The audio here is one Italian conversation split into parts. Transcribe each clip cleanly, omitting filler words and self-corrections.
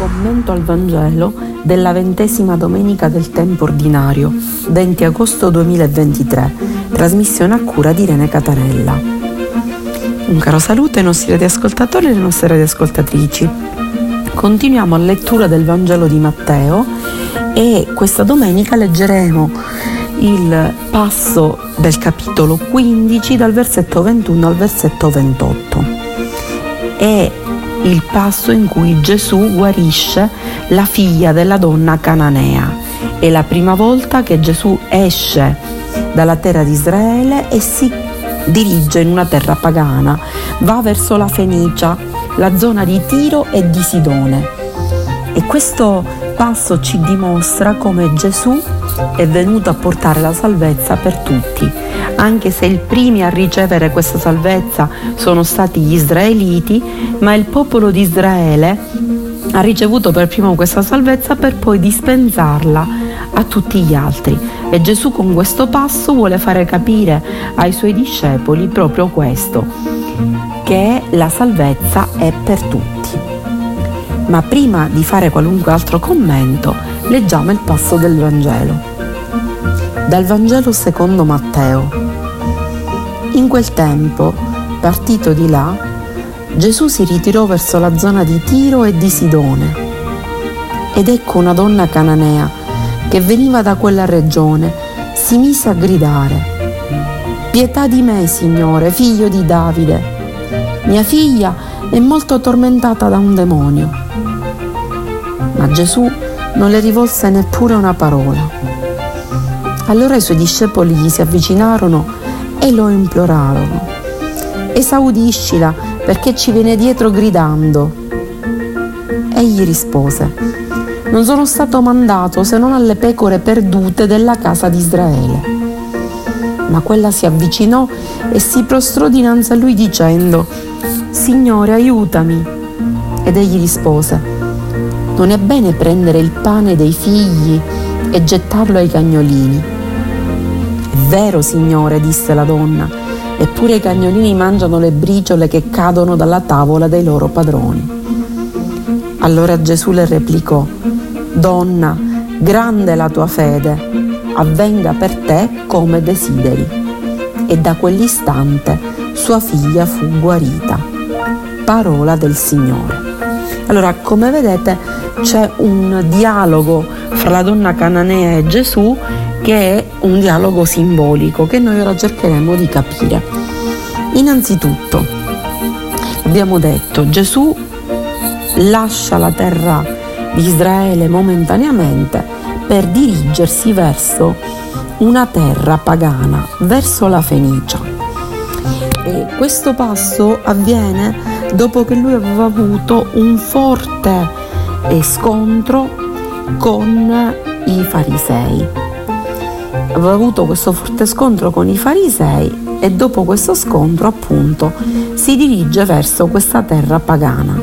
Commento al Vangelo della 20ª domenica del tempo ordinario, 20 agosto 2023, trasmissione a cura di Irene Catarella. Un caro saluto ai nostri radioascoltatori e alle nostre radioascoltatrici. Continuiamo la lettura del Vangelo di Matteo e questa domenica leggeremo il passo del capitolo 15 dal versetto 21 al versetto 28. È il passo in cui Gesù guarisce la figlia della donna cananea. È la prima volta che Gesù esce dalla terra di Israele e si dirige in una terra pagana, va verso la Fenicia, la zona di Tiro e di Sidone. E questo passo ci dimostra come Gesù è venuto a portare la salvezza per tutti, anche se i primi a ricevere questa salvezza sono stati gli israeliti, ma il popolo di Israele ha ricevuto per primo questa salvezza per poi dispensarla a tutti gli altri. E Gesù con questo passo vuole fare capire ai suoi discepoli proprio questo, che la salvezza è per tutti. Ma prima di fare qualunque altro commento, leggiamo il passo del Vangelo. Dal Vangelo secondo Matteo. In quel tempo, partito di là, Gesù si ritirò verso la zona di Tiro e di Sidone. Ed ecco una donna cananea che veniva da quella regione, si mise a gridare: «Pietà di me, Signore, figlio di Davide! Mia figlia è molto tormentata da un demonio». Ma Gesù non le rivolse neppure una parola. Allora i suoi discepoli gli si avvicinarono e lo implorarono: «Esaudiscila, perché ci viene dietro gridando». Egli rispose: «Non sono stato mandato se non alle pecore perdute della casa di Israele». Ma quella si avvicinò e si prostrò dinanzi a lui dicendo: «Signore, aiutami». Ed egli rispose: «Non è bene prendere il pane dei figli e gettarlo ai cagnolini». «È vero, Signore», disse la donna, «eppure i cagnolini mangiano le briciole che cadono dalla tavola dei loro padroni». Allora Gesù le replicò: «Donna, grande è la tua fede, avvenga per te come desideri». E da quell'istante sua figlia fu guarita. Parola del Signore. Allora, come vedete, c'è un dialogo fra la donna cananea e Gesù che è un dialogo simbolico che noi ora cercheremo di capire. Innanzitutto, abbiamo detto, Gesù lascia la terra di Israele momentaneamente per dirigersi verso una terra pagana, verso la Fenicia. E questo passo avviene dopo che lui aveva avuto un forte scontro con i farisei. Aveva avuto questo forte scontro con i farisei e dopo questo scontro, appunto, si dirige verso questa terra pagana.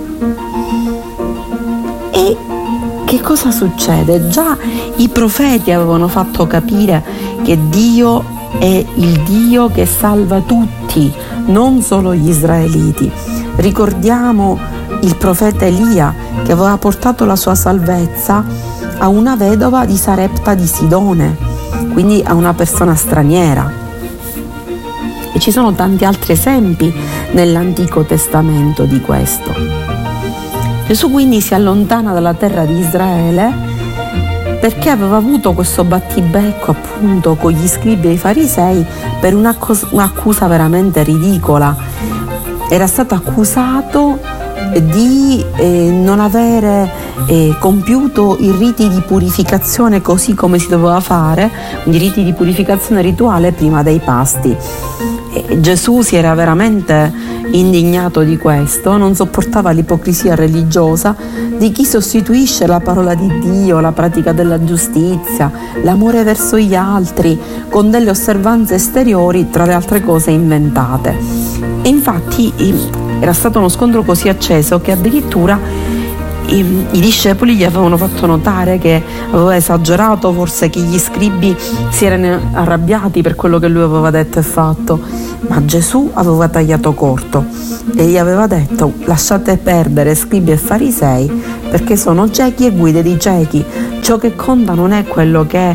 E che cosa succede? Già i profeti avevano fatto capire che Dio è il Dio che salva tutti, non solo gli israeliti. Ricordiamo il profeta Elia che aveva portato la sua salvezza a una vedova di Sarepta di Sidone, quindi a una persona straniera. E ci sono tanti altri esempi nell'Antico Testamento di questo. Gesù quindi si allontana dalla terra di Israele perché aveva avuto questo battibecco appunto con gli scribi e i farisei per un'accusa veramente ridicola. Era stato accusato di non avere compiuto i riti di purificazione così come si doveva fare, i riti di purificazione rituale prima dei pasti. Gesù si era veramente indignato di questo, non sopportava l'ipocrisia religiosa di chi sostituisce la parola di Dio, la pratica della giustizia, l'amore verso gli altri con delle osservanze esteriori, tra le altre cose inventate. E infatti era stato uno scontro così acceso che addirittura i discepoli gli avevano fatto notare che aveva esagerato, forse che gli scribi si erano arrabbiati per quello che lui aveva detto e fatto, ma Gesù aveva tagliato corto e gli aveva detto: lasciate perdere scribi e farisei, perché sono ciechi e guide di ciechi. Ciò che conta non è quello che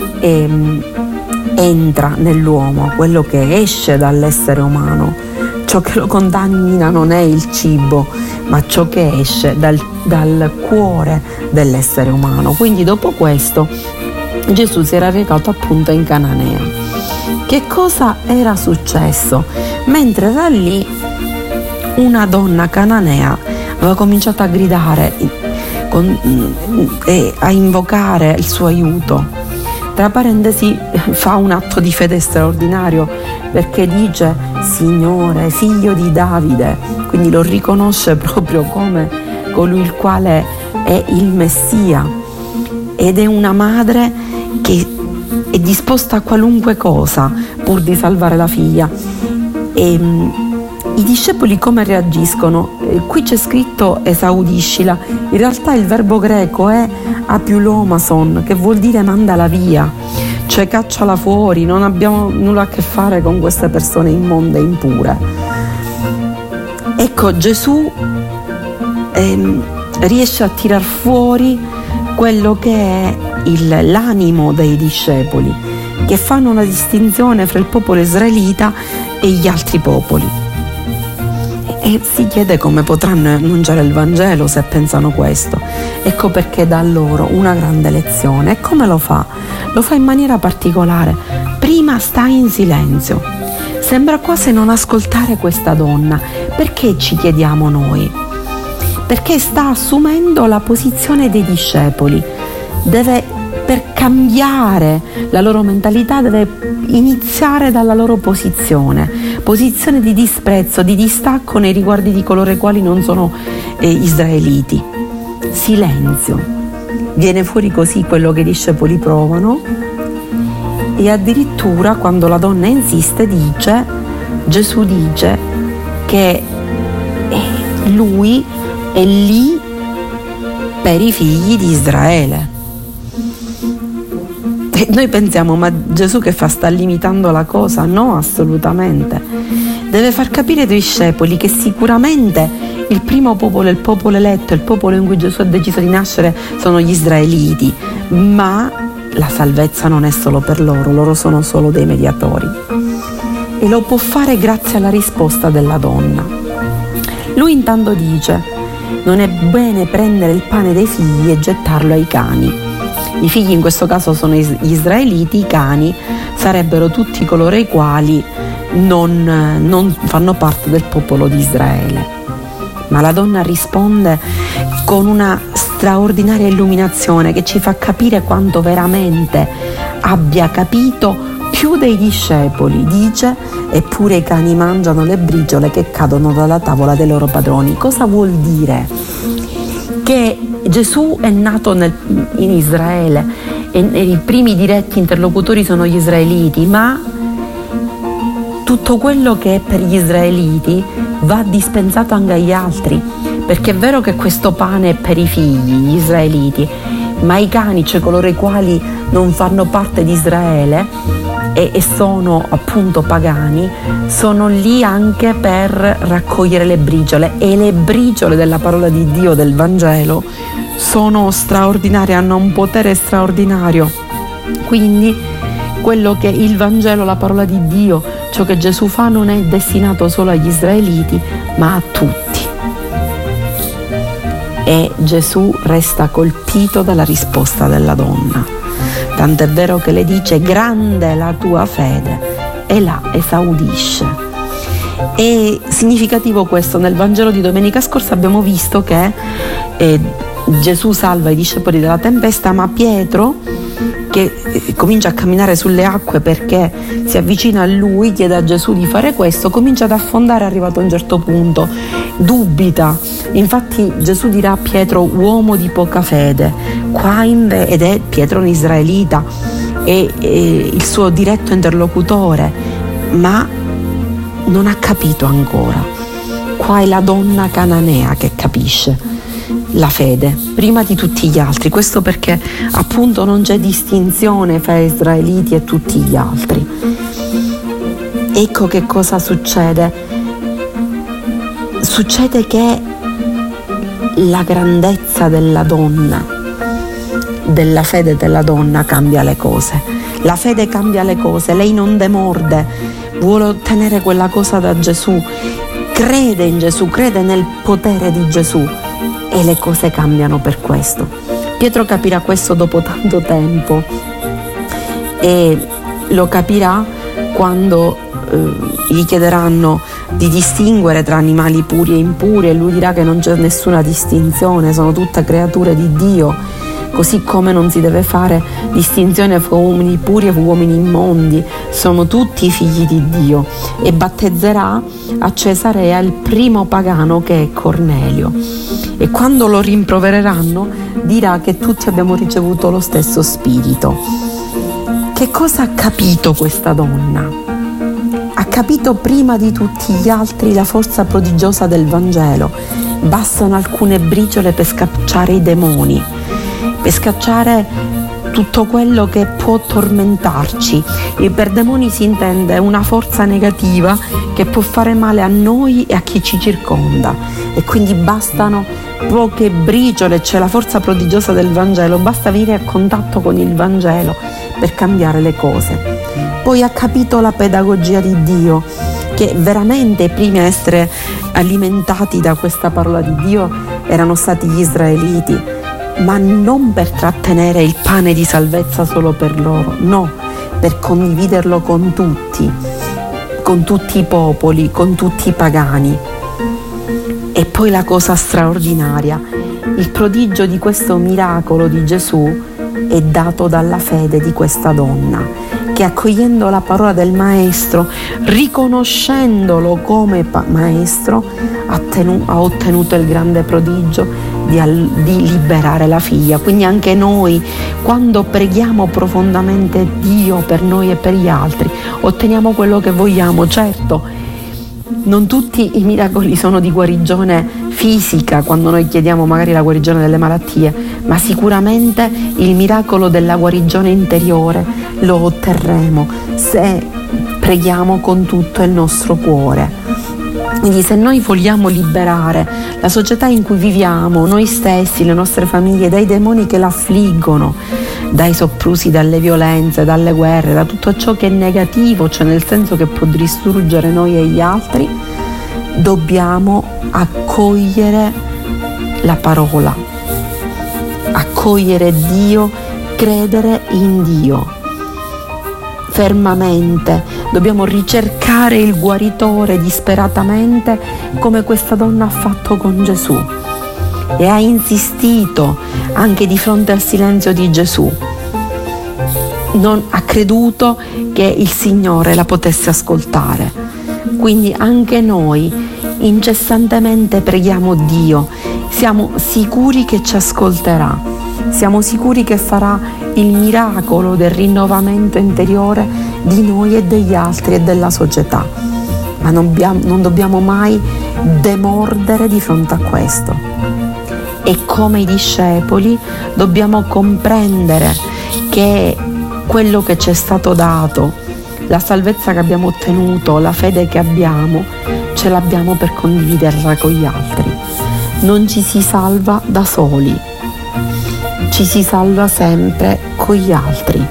entra nell'uomo, quello che esce dall'essere umano. Ciò che lo contamina non è il cibo, ma ciò che esce dal cuore dell'essere umano. Quindi dopo questo Gesù si era recato appunto in Cananea. Che cosa era successo? Mentre era lì, una donna cananea aveva cominciato a gridare e a invocare il suo aiuto. Tra parentesi, fa un atto di fede straordinario, perché dice: Signore, figlio di Davide, quindi lo riconosce proprio come colui il quale è il Messia, ed è una madre che è disposta a qualunque cosa pur di salvare la figlia. E i discepoli come reagiscono? Qui c'è scritto esaudiscila, in realtà il verbo greco è apiulomason, che vuol dire mandala via, cioè cacciala fuori, non abbiamo nulla a che fare con queste persone immonde e impure. Ecco, Gesù riesce a tirar fuori quello che è l'animo dei discepoli, che fanno una distinzione fra il popolo israelita e gli altri popoli. E si chiede come potranno annunciare il Vangelo se pensano questo. Ecco perché dà loro una grande lezione. E come lo fa? Lo fa in maniera particolare. Prima sta in silenzio. Sembra quasi non ascoltare questa donna. Perché ci chiediamo noi? Perché sta assumendo la posizione dei discepoli. Per cambiare la loro mentalità deve iniziare dalla loro posizione di disprezzo, di distacco nei riguardi di coloro i quali non sono israeliti. Silenzio. Viene fuori così quello che i discepoli provano, e addirittura quando la donna insiste Gesù dice che lui è lì per i figli di Israele. E noi pensiamo: ma Gesù che fa? Sta limitando la cosa? No, assolutamente. Deve far capire ai discepoli che sicuramente il primo popolo, il popolo eletto, il popolo in cui Gesù ha deciso di nascere sono gli israeliti, ma la salvezza non è solo per loro sono solo dei mediatori. E lo può fare grazie alla risposta della donna. Lui intanto dice: non è bene prendere il pane dei figli e gettarlo ai cani. I figli in questo caso sono gli israeliti, i cani sarebbero tutti coloro i quali non fanno parte del popolo di Israele. Ma la donna risponde con una straordinaria illuminazione che ci fa capire quanto veramente abbia capito più dei discepoli. Dice: eppure i cani mangiano le briciole che cadono dalla tavola dei loro padroni. Cosa vuol dire? Che Gesù è nato in Israele e i primi diretti interlocutori sono gli israeliti, ma tutto quello che è per gli israeliti va dispensato anche agli altri, perché è vero che questo pane è per i figli, gli israeliti, ma i cani, cioè coloro i quali non fanno parte di Israele e sono appunto pagani, sono lì anche per raccogliere le briciole, e le briciole della parola di Dio, del Vangelo, sono straordinarie, hanno un potere straordinario. Quindi quello che il Vangelo, la parola di Dio, ciò che Gesù fa non è destinato solo agli israeliti, ma a tutti. E Gesù resta colpito dalla risposta della donna. Tant'è vero che le dice: grande è la tua fede, e la esaudisce. È significativo questo. Nel Vangelo di domenica scorsa abbiamo visto che Gesù salva i discepoli dalla tempesta, ma Pietro, che comincia a camminare sulle acque perché si avvicina a lui, chiede a Gesù di fare questo, comincia ad affondare arrivato a un certo punto, dubita. Infatti Gesù dirà a Pietro: uomo di poca fede, ed è Pietro un israelita, è il suo diretto interlocutore, ma non ha capito ancora. Qua è la donna cananea che capisce. la fede prima di tutti gli altri. Questo perché appunto non c'è distinzione fra israeliti e tutti gli altri. Ecco che cosa succede. Succede che la grandezza della donna, della fede della donna cambia le cose. La fede cambia le cose, lei non demorde, vuole ottenere quella cosa da Gesù, crede in Gesù, crede nel potere di Gesù e le cose cambiano per questo. Pietro capirà questo dopo tanto tempo e lo capirà quando gli chiederanno di distinguere tra animali puri e impuri e lui dirà che non c'è nessuna distinzione, sono tutte creature di Dio, così come non si deve fare distinzione fra uomini puri e uomini immondi, sono tutti figli di Dio, e battezzerà a Cesarea il primo pagano che è Cornelio, e quando lo rimprovereranno dirà che tutti abbiamo ricevuto lo stesso spirito. Che cosa ha capito questa donna? Ha capito prima di tutti gli altri la forza prodigiosa del Vangelo. Bastano alcune briciole per scacciare i demoni, per scacciare tutto quello che può tormentarci. E per demoni si intende una forza negativa che può fare male a noi e a chi ci circonda. E quindi bastano poche briciole, c'è la forza prodigiosa del Vangelo, basta venire a contatto con il Vangelo per cambiare le cose. Poi ha capito la pedagogia di Dio, che veramente i primi a essere alimentati da questa parola di Dio erano stati gli israeliti, ma non per trattenere il pane di salvezza solo per loro, no, per condividerlo con tutti i popoli, con tutti i pagani. E poi la cosa straordinaria, il prodigio di questo miracolo di Gesù è dato dalla fede di questa donna, che accogliendo la parola del maestro, riconoscendolo come maestro, ha ottenuto il grande prodigio di liberare la figlia. Quindi anche noi, quando preghiamo profondamente Dio per noi e per gli altri, otteniamo quello che vogliamo. Certo, non tutti i miracoli sono di guarigione fisica, quando noi chiediamo magari la guarigione delle malattie, ma sicuramente il miracolo della guarigione interiore lo otterremo se preghiamo con tutto il nostro cuore. Quindi se noi vogliamo liberare la società in cui viviamo, noi stessi, le nostre famiglie, dai demoni che l'affliggono, dai soprusi, dalle violenze, dalle guerre, da tutto ciò che è negativo, cioè nel senso che può distruggere noi e gli altri, dobbiamo accogliere la parola, accogliere Dio, credere in Dio fermamente. Dobbiamo ricercare il guaritore disperatamente, come questa donna ha fatto con Gesù, e ha insistito anche di fronte al silenzio di Gesù. Non ha creduto che il Signore la potesse ascoltare. Quindi anche noi incessantemente preghiamo Dio, siamo sicuri che ci ascolterà, siamo sicuri che farà il miracolo del rinnovamento interiore di noi e degli altri e della società, ma non dobbiamo mai demordere di fronte a questo. E come i discepoli dobbiamo comprendere che quello che ci è stato dato, la salvezza che abbiamo ottenuto, la fede che abbiamo, ce l'abbiamo per condividerla con gli altri. Non ci si salva da soli, ci si salva sempre con gli altri.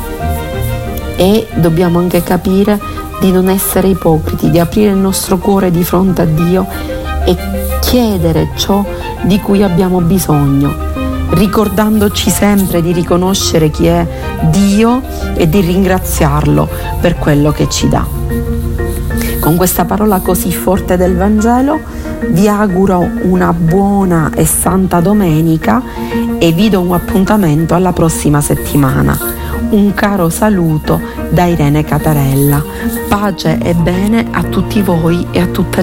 E dobbiamo anche capire di non essere ipocriti, di aprire il nostro cuore di fronte a Dio e chiedere ciò di cui abbiamo bisogno, ricordandoci sempre di riconoscere chi è Dio e di ringraziarlo per quello che ci dà. Con questa parola così forte del Vangelo vi auguro una buona e santa domenica e vi do un appuntamento alla prossima settimana. Un caro saluto da Irene Catarella. Pace e bene a tutti voi e a tutte